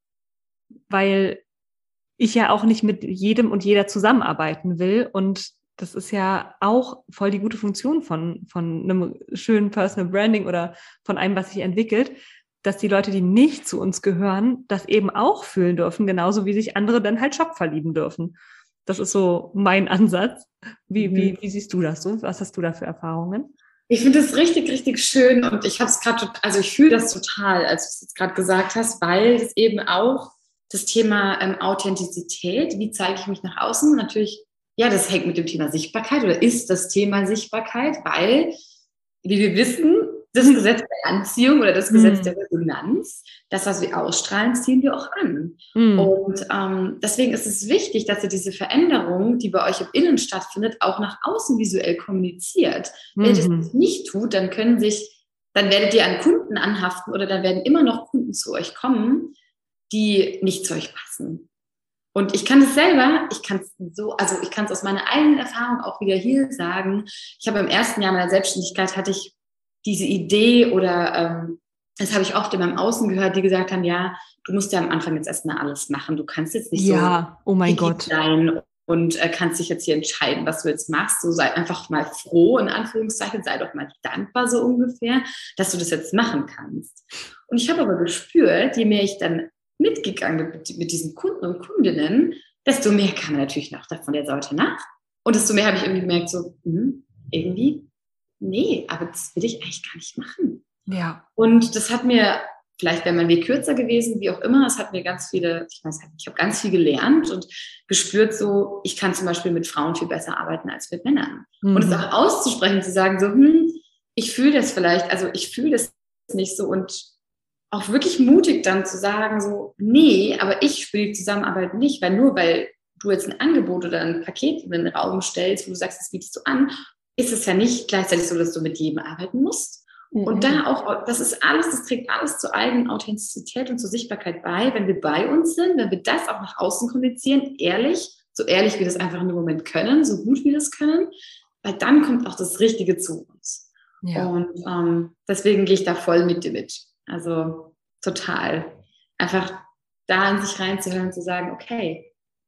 Weil ich ja auch nicht mit jedem und jeder zusammenarbeiten will. Und das ist ja auch voll die gute Funktion von, von einem schönen Personal Branding oder von einem, was sich entwickelt, dass die Leute, die nicht zu uns gehören, das eben auch fühlen dürfen, genauso wie sich andere dann halt Schock verlieben dürfen. Das ist so mein Ansatz. Wie, mhm. wie, wie siehst du das so? Was hast du da für Erfahrungen? Ich finde das richtig, richtig schön und ich habe es gerade, also ich fühle das total, als du es jetzt gerade gesagt hast, weil es eben auch das Thema ähm, Authentizität, wie zeige ich mich nach außen, natürlich. Ja, das hängt mit dem Thema Sichtbarkeit oder ist das Thema Sichtbarkeit, weil, wie wir wissen, das Gesetz der Anziehung oder das Gesetz mm. der Resonanz, das, was wir ausstrahlen, ziehen wir auch an. Mm. Und ähm, deswegen ist es wichtig, dass ihr diese Veränderung, die bei euch im Innen stattfindet, auch nach außen visuell kommuniziert. Mm. Wenn ihr das nicht tut, dann können sich, dann werdet ihr an Kunden anhaften oder dann werden immer noch Kunden zu euch kommen, die nicht zu euch passen. Und ich kann es selber, ich kann es so, also ich kann es aus meiner eigenen Erfahrung auch wieder hier sagen. Ich habe im ersten Jahr meiner Selbstständigkeit hatte ich diese Idee oder ähm, das habe ich oft in meinem Außen gehört, die gesagt haben, ja, du musst ja am Anfang jetzt erstmal alles machen. Du kannst jetzt nicht ja, so oh mein Gott. sein und äh, kannst dich jetzt hier entscheiden, was du jetzt machst. So sei einfach mal froh, in Anführungszeichen, sei doch mal dankbar so ungefähr, dass du das jetzt machen kannst. Und ich habe aber gespürt, je mehr ich dann mitgegangen mit, mit diesen Kunden und Kundinnen, desto mehr kam natürlich noch davon der Sorte nach. Und desto mehr habe ich irgendwie gemerkt, so, hm, irgendwie, nee, aber das will ich eigentlich gar nicht machen. Ja. Und das hat mir, vielleicht wäre mein Weg kürzer gewesen, wie auch immer, es hat mir ganz viele, ich weiß, ich habe ganz viel gelernt und gespürt so, ich kann zum Beispiel mit Frauen viel besser arbeiten als mit Männern. Mhm. Und es auch auszusprechen, zu sagen so, hm, ich fühle das vielleicht, also ich fühle das nicht so und auch wirklich mutig dann zu sagen, so, nee, aber ich spüre die Zusammenarbeit nicht, weil nur weil du jetzt ein Angebot oder ein Paket in den Raum stellst, wo du sagst, das bietest du an, ist es ja nicht gleichzeitig so, dass du mit jedem arbeiten musst. Mhm. Und da auch, das ist alles, das trägt alles zur eigenen Authentizität und zur Sichtbarkeit bei, wenn wir bei uns sind, wenn wir das auch nach außen kommunizieren, ehrlich, so ehrlich wie wir das einfach in dem Moment können, so gut wie wir das können, weil dann kommt auch das Richtige zu uns. Ja. Und ähm, deswegen gehe ich da voll mit dir mit. Also total. Einfach da in sich reinzuhören und zu sagen, okay,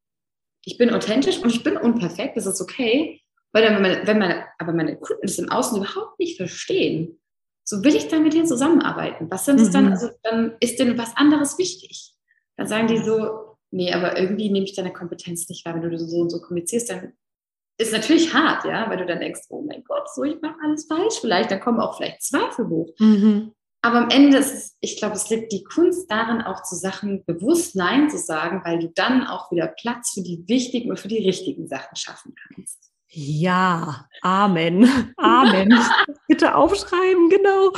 ich bin authentisch und ich bin unperfekt, das ist okay, weil dann, wenn meine, wenn meine, aber meine Kunden das im Außen überhaupt nicht verstehen, so will ich dann mit denen zusammenarbeiten. Was sind das mhm. dann? Also dann ist denen was anderes wichtig. Dann sagen die so, nee, aber irgendwie nehme ich deine Kompetenz nicht wahr, wenn du so und so kommunizierst, dann ist natürlich hart, ja, weil du dann denkst, oh mein Gott, so, ich mache alles falsch vielleicht, dann kommen auch vielleicht Zweifel hoch. Mhm. Aber am Ende ist es, ich glaube, es liegt die Kunst darin, auch zu Sachen bewusst Nein zu sagen, weil du dann auch wieder Platz für die wichtigen und für die richtigen Sachen schaffen kannst. Ja, Amen. Amen. Bitte aufschreiben, genau.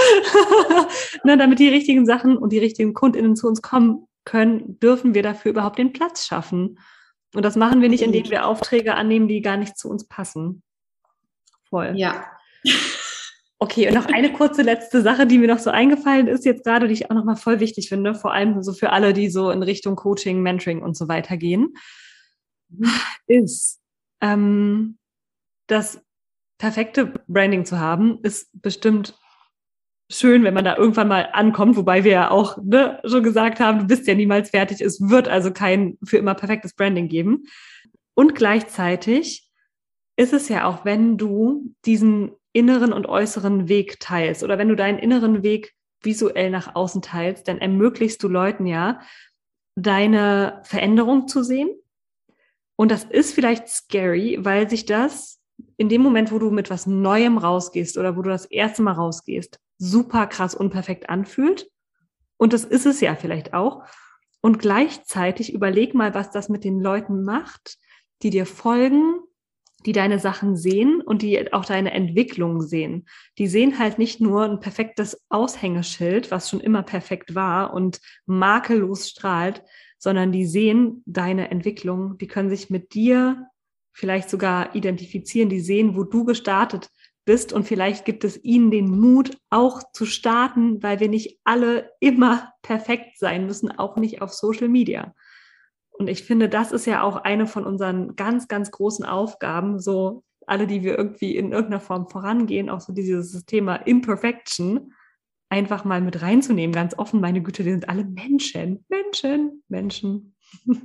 Na, damit die richtigen Sachen und die richtigen KundInnen zu uns kommen können, dürfen wir dafür überhaupt den Platz schaffen. Und das machen wir nicht, indem wir Aufträge annehmen, die gar nicht zu uns passen. Voll. Ja. Okay, und noch eine kurze letzte Sache, die mir noch so eingefallen ist jetzt gerade, die ich auch nochmal voll wichtig finde, vor allem so für alle, die so in Richtung Coaching, Mentoring und so weiter gehen, ist, ähm, das perfekte Branding zu haben, ist bestimmt schön, wenn man da irgendwann mal ankommt, wobei wir ja auch ne, schon gesagt haben, du bist ja niemals fertig. Es wird also kein für immer perfektes Branding geben. Und gleichzeitig ist es ja auch, wenn du diesen inneren und äußeren Weg teilst oder wenn du deinen inneren Weg visuell nach außen teilst, dann ermöglichst du Leuten ja, deine Veränderung zu sehen. Und das ist vielleicht scary, weil sich das in dem Moment, wo du mit was Neuem rausgehst oder wo du das erste Mal rausgehst, super krass unperfekt anfühlt. Und das ist es ja vielleicht auch. Und gleichzeitig überleg mal, was das mit den Leuten macht, die dir folgen, die deine Sachen sehen und die auch deine Entwicklung sehen. Die sehen halt nicht nur ein perfektes Aushängeschild, was schon immer perfekt war und makellos strahlt, sondern die sehen deine Entwicklung. Die können sich mit dir vielleicht sogar identifizieren, die sehen, wo du gestartet bist und vielleicht gibt es ihnen den Mut, auch zu starten, weil wir nicht alle immer perfekt sein müssen, auch nicht auf Social Media. Und ich finde, das ist ja auch eine von unseren ganz, ganz großen Aufgaben, so alle, die wir irgendwie in irgendeiner Form vorangehen, auch so dieses Thema Imperfection, einfach mal mit reinzunehmen, ganz offen, meine Güte, die sind alle Menschen, Menschen, Menschen.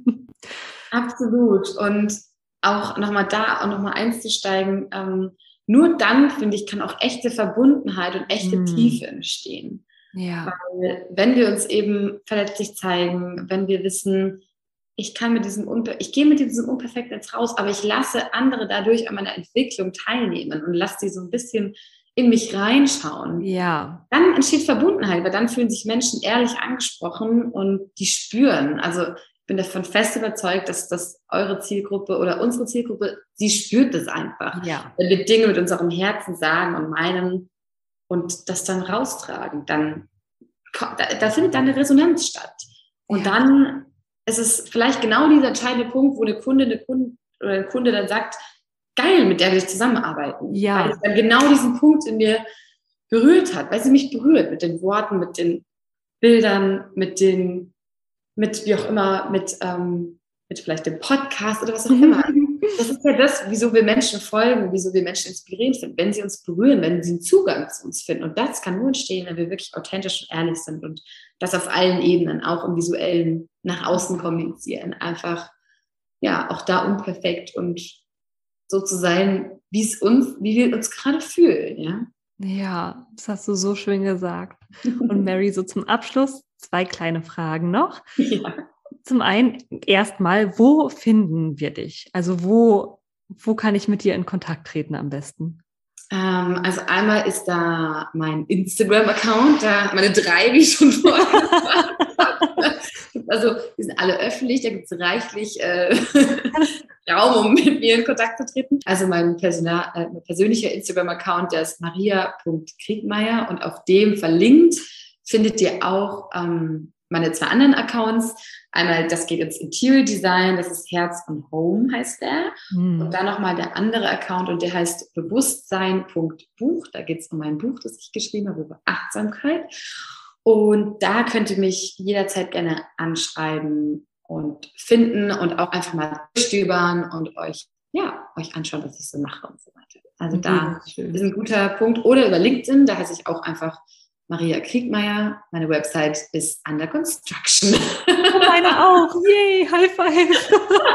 Absolut. Und auch nochmal da, auch nochmal einzusteigen, ähm, nur dann, finde ich, kann auch echte Verbundenheit und echte mm. Tiefe entstehen. Ja. Weil wenn wir uns eben verletzlich zeigen, wenn wir wissen, ich kann mit diesem Unper- ich gehe mit diesem Unperfekten jetzt raus, aber ich lasse andere dadurch an meiner Entwicklung teilnehmen und lasse die so ein bisschen in mich reinschauen. Ja. Dann entsteht Verbundenheit, weil dann fühlen sich Menschen ehrlich angesprochen und die spüren. Also ich bin davon fest überzeugt, dass das eure Zielgruppe oder unsere Zielgruppe, sie spürt das einfach. Ja. Wenn wir Dinge mit unserem Herzen sagen und meinen und das dann raustragen, dann da, da findet dann eine Resonanz statt. Und ja. dann ist es vielleicht genau dieser entscheidende Punkt, wo eine Kunde, eine Kunde oder ein Kunde dann sagt, geil, mit der will ich zusammenarbeiten. Ja. Weil es dann genau diesen Punkt in mir berührt hat, weil sie mich berührt mit den Worten, mit den Bildern, mit den, mit wie auch immer, mit, ähm, mit vielleicht dem Podcast oder was auch immer. Das ist ja das, wieso wir Menschen folgen, wieso wir Menschen inspirierend finden, wenn sie uns berühren, wenn sie einen Zugang zu uns finden. Und das kann nur entstehen, wenn wir wirklich authentisch und ehrlich sind und das auf allen Ebenen, auch im Visuellen, nach außen kommunizieren. Einfach, ja, auch da unperfekt und so zu sein, wie es uns, wie wir uns gerade fühlen, ja. Ja, das hast du so schön gesagt. Und Mary, so zum Abschluss zwei kleine Fragen noch. Ja. Zum einen erstmal, wo finden wir dich? Also wo, wo kann ich mit dir in Kontakt treten am besten? Ähm, also einmal ist da mein Instagram-Account, da meine drei, wie ich schon vorher gesagt habe. Also die sind alle öffentlich, da gibt es reichlich äh, Raum, um mit mir in Kontakt zu treten. Also mein, Persona, äh, mein persönlicher Instagram-Account, der ist maria punkt kriegmeier und auf dem verlinkt findet ihr auch ähm, meine zwei anderen Accounts. Einmal, das geht ins Interior Design, das ist Herz und Home, heißt der. Mhm. Und dann nochmal der andere Account und der heißt bewusstsein punkt buch. Da geht es um mein Buch, das ich geschrieben habe, über Achtsamkeit. Und da könnt ihr mich jederzeit gerne anschreiben und finden und auch einfach mal durchstöbern und euch, ja, euch anschauen, was ich so mache und so weiter. Also da ist ein guter Punkt. Oder über LinkedIn, da heiße ich auch einfach Maria Kriegmeier. Meine Website ist under construction. Oh, meine auch. Yay, High Five.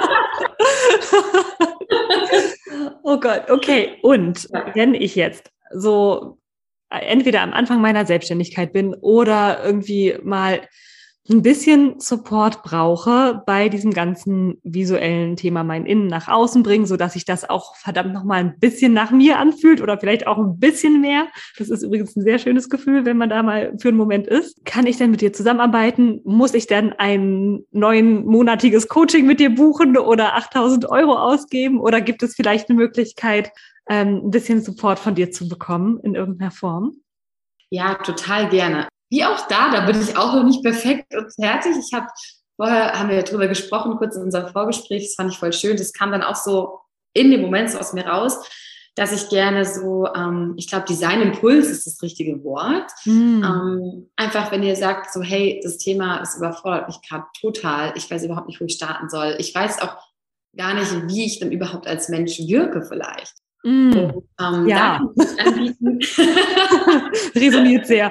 Oh Gott, okay. Und ja. wenn ich jetzt so entweder am Anfang meiner Selbstständigkeit bin oder irgendwie mal ein bisschen Support brauche bei diesem ganzen visuellen Thema, mein Innen nach außen bringen, sodass sich das auch verdammt nochmal ein bisschen nach mir anfühlt oder vielleicht auch ein bisschen mehr. Das ist übrigens ein sehr schönes Gefühl, wenn man da mal für einen Moment ist. Kann ich denn mit dir zusammenarbeiten? Muss ich dann ein neunmonatiges Coaching mit dir buchen oder achttausend Euro ausgeben? Oder gibt es vielleicht eine Möglichkeit, ein bisschen Support von dir zu bekommen in irgendeiner Form? Ja, total gerne. Wie auch da, da bin ich auch noch nicht perfekt und fertig. Ich habe, vorher haben wir darüber gesprochen, kurz in unserem Vorgespräch, das fand ich voll schön. Das kam dann auch so in dem Moment so aus mir raus, dass ich gerne so, ähm, ich glaube, Designimpuls ist das richtige Wort. Mm. Ähm, einfach, wenn ihr sagt, so, hey, das Thema, das überfordert mich gerade total. Ich weiß überhaupt nicht, wo ich starten soll. Ich weiß auch gar nicht, wie ich dann überhaupt als Mensch wirke vielleicht. Mm, und, ähm, ja. Da kann ich anbieten. Resoniert sehr.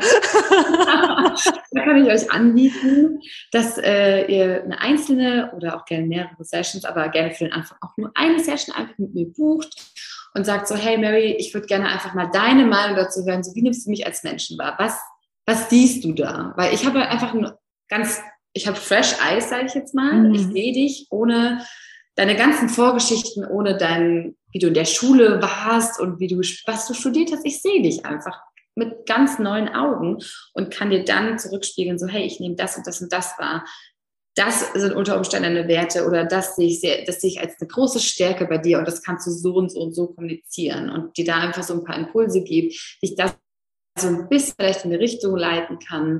Da kann ich euch anbieten, dass äh, ihr eine einzelne oder auch gerne mehrere Sessions, aber gerne für den Anfang auch nur eine Session einfach mit mir bucht und sagt so, hey Mary, ich würde gerne einfach mal deine Meinung dazu hören, so wie nimmst du mich als Menschen wahr? Was, was siehst du da? Weil ich habe einfach ein ganz, ich habe Fresh Eyes, sage ich jetzt mal. Mhm. Ich sehe dich ohne deine ganzen Vorgeschichten, ohne dein, wie du in der Schule warst und wie du, was du studiert hast. Ich sehe dich einfach mit ganz neuen Augen und kann dir dann zurückspiegeln, so, hey, ich nehme das und das und das wahr. Das sind unter Umständen deine Werte oder das sehe ich sehr, das sehe ich als eine große Stärke bei dir und das kannst du so und so und so kommunizieren und dir da einfach so ein paar Impulse geben, dich das so ein bisschen vielleicht in eine Richtung leiten kann,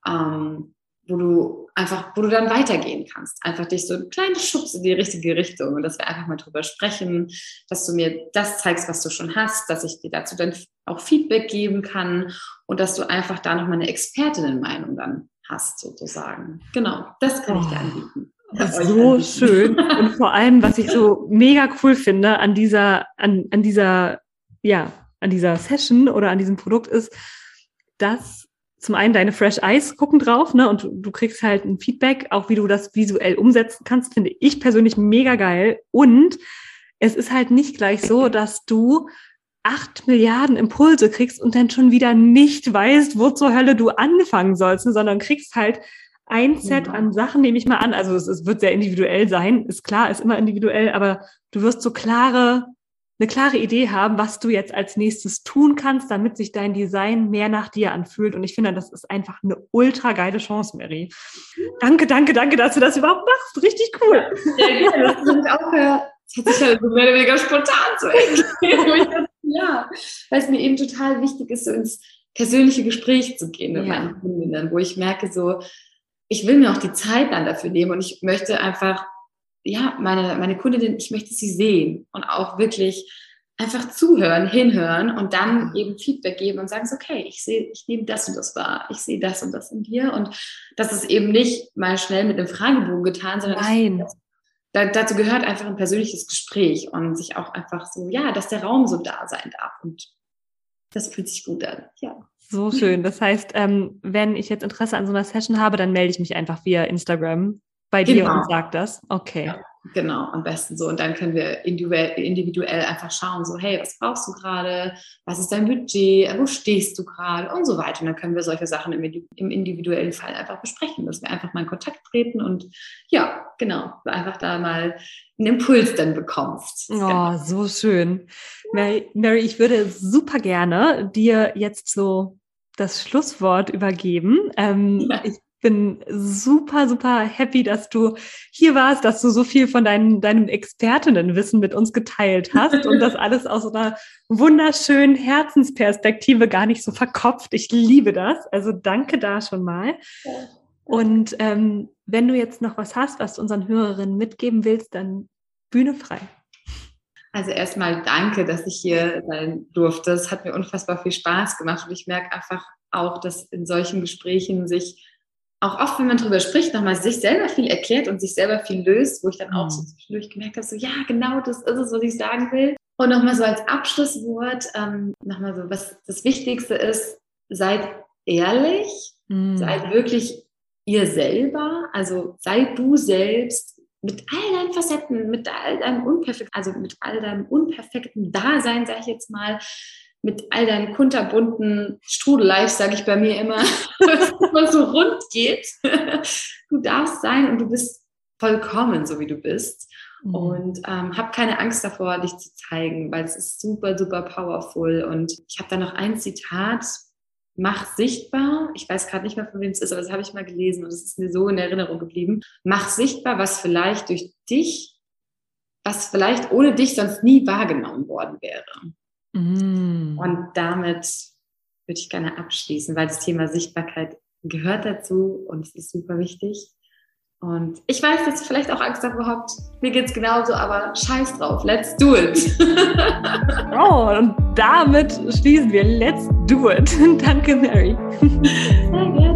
ähm, wo du einfach, wo du dann weitergehen kannst. Einfach dich so ein kleines Schubs in die richtige Richtung und dass wir einfach mal drüber sprechen, dass du mir das zeigst, was du schon hast, dass ich dir dazu dann auch Feedback geben kann und dass du einfach da nochmal eine Expertinnenmeinung dann hast, sozusagen. Genau, das kann ich dir anbieten. So schön. Und vor allem, was ich so mega cool finde an dieser, an, an dieser, ja, an dieser Session oder an diesem Produkt ist, dass zum einen deine Fresh Eyes gucken drauf, ne, und du, du kriegst halt ein Feedback, auch wie du das visuell umsetzen kannst, finde ich persönlich mega geil. Und es ist halt nicht gleich so, dass du acht Milliarden Impulse kriegst und dann schon wieder nicht weißt, wo zur Hölle du anfangen sollst, ne, sondern kriegst halt ein Set ja. an Sachen, nehme ich mal an. Also es, es wird sehr individuell sein, ist klar, ist immer individuell, aber du wirst so klare eine klare Idee haben, was du jetzt als nächstes tun kannst, damit sich dein Design mehr nach dir anfühlt. Und ich finde, das ist einfach eine ultra geile Chance, Mary. Danke, danke, danke, dass du das überhaupt machst. Richtig cool. Ja, ja, das ist auch, das hat sich ja so mehr oder weniger spontan so entwickelt. Ja, weil es mir eben total wichtig ist, so ins persönliche Gespräch zu gehen mit ja. meinen Kundinnen, wo ich merke, so, ich will mir auch die Zeit dann dafür nehmen und ich möchte einfach ja, meine, meine Kundinnen, ich möchte sie sehen und auch wirklich einfach zuhören, hinhören und dann eben Feedback geben und sagen, so, okay, ich sehe, ich nehme das und das wahr, ich sehe das und das in dir und das ist eben nicht mal schnell mit einem Fragebogen getan, sondern Nein. Das, da, dazu gehört einfach ein persönliches Gespräch und sich auch einfach so, ja, dass der Raum so da sein darf und das fühlt sich gut an, ja. So schön, das heißt, ähm, wenn ich jetzt Interesse an so einer Session habe, dann melde ich mich einfach via Instagram bei dir genau. und sag das? Okay. Ja, genau, am besten so. Und dann können wir individuell, individuell einfach schauen, so, hey, was brauchst du gerade? Was ist dein Budget? Wo stehst du gerade? Und so weiter. Und dann können wir solche Sachen im, im individuellen Fall einfach besprechen, dass wir einfach mal in Kontakt treten und ja, genau, einfach da mal einen Impuls dann bekommst. Oh, genau. So schön. Mary, Mary, ich würde super gerne dir jetzt so das Schlusswort übergeben. Ähm, ja. Ich bin super, super happy, dass du hier warst, dass du so viel von deinem, deinem Expertinnenwissen mit uns geteilt hast und das alles aus so einer wunderschönen Herzensperspektive, gar nicht so verkopft. Ich liebe das. Also danke da schon mal. Und ähm, wenn du jetzt noch was hast, was du unseren Hörerinnen mitgeben willst, dann Bühne frei. Also erstmal danke, dass ich hier sein durfte. Es hat mir unfassbar viel Spaß gemacht und ich merke einfach auch, dass in solchen Gesprächen sich auch oft, wenn man drüber spricht, nochmal sich selber viel erklärt und sich selber viel löst, wo ich dann auch so zwischendurch gemerkt habe, so ja, genau, das ist es, was ich sagen will. Und nochmal so als Abschlusswort, ähm, nochmal so, was das Wichtigste ist, seid ehrlich, mm. seid wirklich ihr selber, also sei du selbst mit all deinen Facetten, mit all deinem unperfekten, also mit all deinem unperfekten Dasein, sage ich jetzt mal, mit all deinen kunterbunten Strudel-Lives, sage ich bei mir immer, dass man so rund geht. Du darfst sein und du bist vollkommen, so wie du bist. Mhm. Und ähm, hab keine Angst davor, dich zu zeigen, weil es ist super, super powerful. Und ich habe da noch ein Zitat, mach sichtbar, ich weiß gerade nicht mehr, von wem es ist, aber das habe ich mal gelesen und es ist mir so in Erinnerung geblieben. Mach sichtbar, was vielleicht durch dich, was vielleicht ohne dich sonst nie wahrgenommen worden wäre. Mm. Und damit würde ich gerne abschließen, weil das Thema Sichtbarkeit gehört dazu und es ist super wichtig. Und ich weiß, dass du vielleicht auch Angst davor habt. Mir geht's genauso, aber scheiß drauf. Let's do it. Oh, und damit schließen wir. Let's do it. Danke, Mary. Sehr gerne.